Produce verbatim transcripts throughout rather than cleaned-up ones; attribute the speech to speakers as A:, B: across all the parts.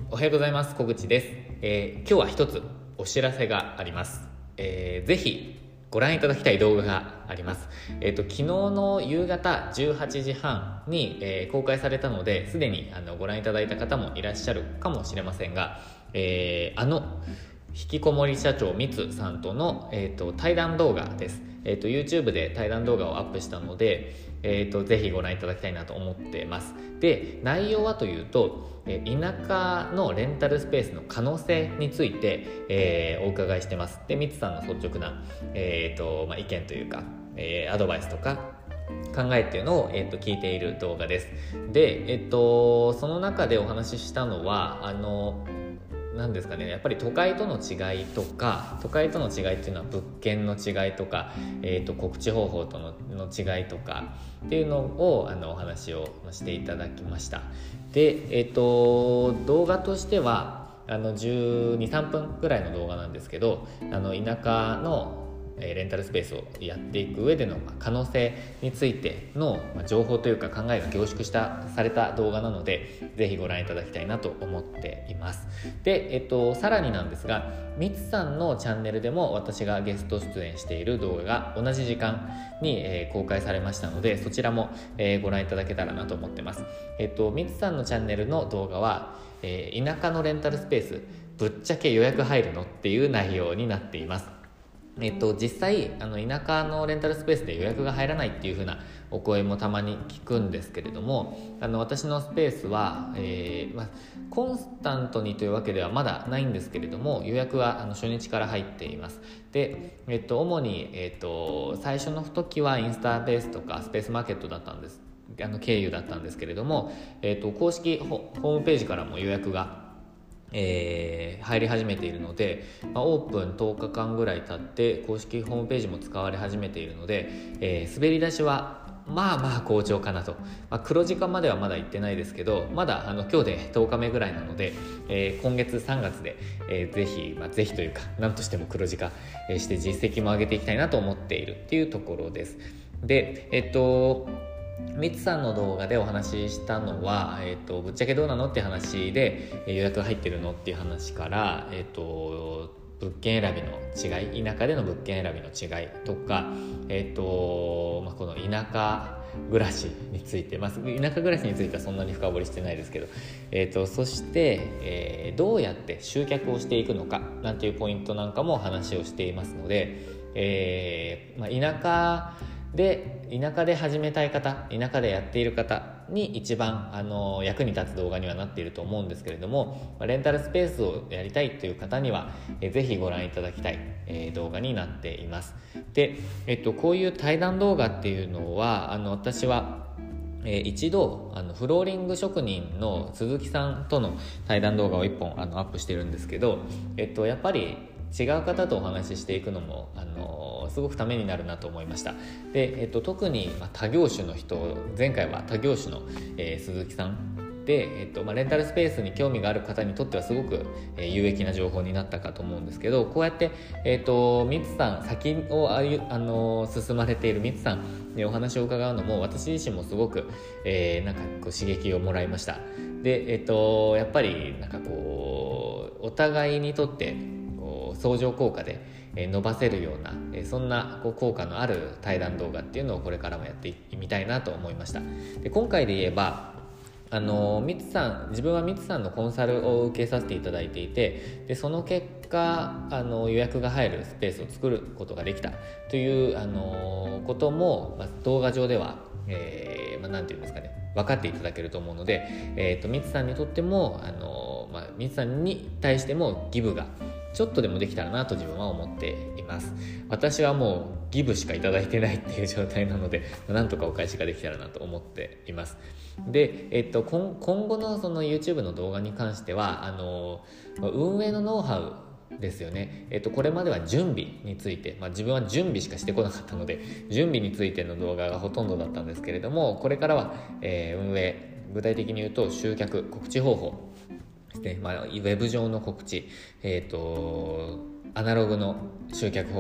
A: おはようございます。小口です。えー、今日は一つお知らせがあります。えー、ぜひご覧いただきたい動画があります。えっと、昨日の夕方じゅうはちじはんに、えー、公開されたので、すでにあのご覧いただいた方もいらっしゃるかもしれませんが、えー、あの引きこもり社長みつさんとの、えー、と対談動画です。えー、と YouTube で対談動画をアップしたので、えー、とぜひご覧いただきたいなと思っています。で、内容はというと、えー、田舎のレンタルスペースの可能性について、えー、お伺いしてます。で、みつさんの率直な、えーとまあ、意見というか、えー、アドバイスとか考えっていうのを、えー、と聞いている動画です。で、えー、とその中でお話ししたのはあのなんですかね、やっぱり都会との違いとか、都会との違いっていうのは物件の違いとか、えー、と告知方法と の, の違いとかっていうのをあのお話をしていただきました。で、えー、と動画としてはあのじゅうに、さんぷんぐらいの動画なんですけど、あの田舎のレンタルスペースをやっていく上での可能性についての情報というか考えが凝縮したされた動画なので、ぜひご覧いただきたいなと思っています。で、えっと、さらになんですが、みつさんのチャンネルでも私がゲスト出演している動画が同じ時間に、えー、公開されましたので、そちらも、えー、ご覧いただけたらなと思ってます。えっと、みつさんのチャンネルの動画は、えー、田舎のレンタルスペースぶっちゃけ予約入るのっていう内容になっています。えっと、実際あの田舎のレンタルスペースで予約が入らないっていう風なお声もたまに聞くんですけれども、あの私のスペースは、えーまあ、コンスタントにというわけではまだないんですけれども、予約はあの初日から入っています。で、えっと、主に、えっと、最初の時はインスタベースとかスペースマーケットだったんですあの経由だったんですけれども、えっと、公式ホームページからも予約がえー、入り始めているので、まあ、オープンとおかかんぐらい経って公式ホームページも使われ始めているので、えー、滑り出しはまあまあ好調かなと、まあ、黒字化まではまだ行ってないですけど、まだあの今日でとおかめぐらいなので、えー、今月さんがつで、えー、ぜひ、まあ、ぜひというか何としても黒字化して実績も上げていきたいなと思っているっていうところです。で、えっとみつさんの動画でお話ししたのは、えー、とぶっちゃけどうなのって話で、予約が入ってるのっていう話から、えー、と物件選びの違い、田舎での物件選びの違いとか、えーとまあ、この田舎暮らしについて、まあ、田舎暮らしについてはそんなに深掘りしてないですけど、えー、とそして、えー、どうやって集客をしていくのかなんていうポイントなんかも話をしていますので、えーまあ、田舎で田舎で始めたい方、田舎でやっている方に一番あの役に立つ動画にはなっていると思うんですけれども、レンタルスペースをやりたいという方にはえぜひご覧いただきたい、えー、動画になっています。で、えっと、こういう対談動画っていうのはあの私はえー、一度あのフローリング職人の鈴木さんとの対談動画をいっぽんあのアップしてるんですけど、えっと、やっぱり違う方とお話ししていくのも、あのー、すごくためになるなと思いました。で、えっと、特に、まあ、他業種の人、前回は他業種の、えー、鈴木さんで、えっとまあ、レンタルスペースに興味がある方にとってはすごく、えー、有益な情報になったかと思うんですけど、こうやって、えっと、みつさん先をあゆ、あのー、進まれているみつさんにお話を伺うのも私自身もすごく、えー、なんかこう刺激をもらいました。で、えっと、やっぱりなんかこうお互いにとって相乗効果で伸ばせるような、そんな効果のある対談動画っていうのをこれからもやってみたいなと思いました。で、今回で言えばあのみつさん自分はみつさんのコンサルを受けさせていただいていて、でその結果あの予約が入るスペースを作ることができたというあのことも、まあ、動画上では、えーまあ、なんていうんですかね、分かっていただけると思うので、えーと、みつさんにとってもあの、まあ、みつさんに対してもギブがちょっとでもできたらなと自分は思っています。私はもうギブしかいただいてないっていう状態なので、なんとかお返しができたらなと思っています。で、えっと、今, 今後のその YouTube の動画に関してはあの運営のノウハウですよね。えっと、これまでは準備について、まあ、自分は準備しかしてこなかったので準備についての動画がほとんどだったんですけれども、これからは、えー、運営、具体的に言うと集客、告知方法ですね、まあ、ウェブ上の告知、えーと、アナログの集客方法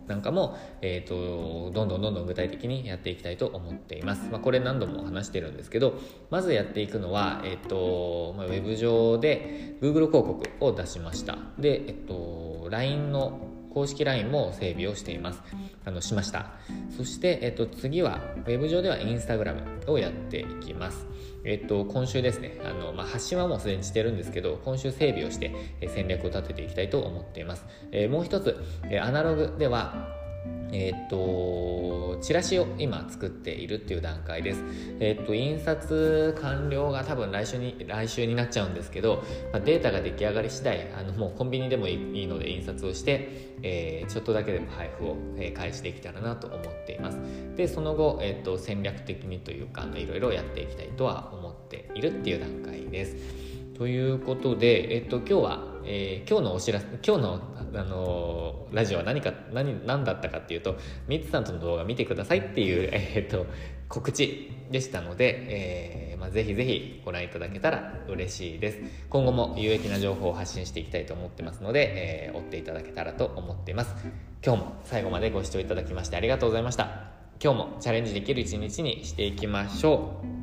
A: なんかも、えーと、どんどんどんどん具体的にやっていきたいと思っています。まあ、これ何度も話してるんですけど、まずやっていくのは、えーとまあ、ウェブ上で Google 広告を出しました。で、えっと、ライン の公式 ライン も整備をしています。あのしました。そして、えっと、次はウェブ上では Instagram をやっていきます。えっと、今週ですね、あの、まあ、発信はもうすでにしてるんですけど、今週整備をして、え戦略を立てていきたいと思っています。えー、もう一つ、えアナログでは、えー、っとチラシを今作っているっていう段階です。えー、っと印刷完了が多分来週に来週になっちゃうんですけど、まあ、データが出来上がり次第あのもうコンビニでもいいので印刷をして、えー、ちょっとだけでも配布を、えー、開始できたらなと思っています。でその後、えー、っと戦略的にというかあのいろいろやっていきたいとは思っているっていう段階です。ということで、えっと、今日は、えー、今日のお知らせ、今日の、あのー、ラジオは何か、何、何だったかっていうと、ミツさんとの動画見てくださいっていう、えー、っと、告知でしたので、えーまあ、ぜひぜひご覧いただけたら嬉しいです。今後も有益な情報を発信していきたいと思ってますので、えー、追っていただけたらと思っています。今日も最後までご視聴いただきましてありがとうございました。今日もチャレンジできる一日にしていきましょう。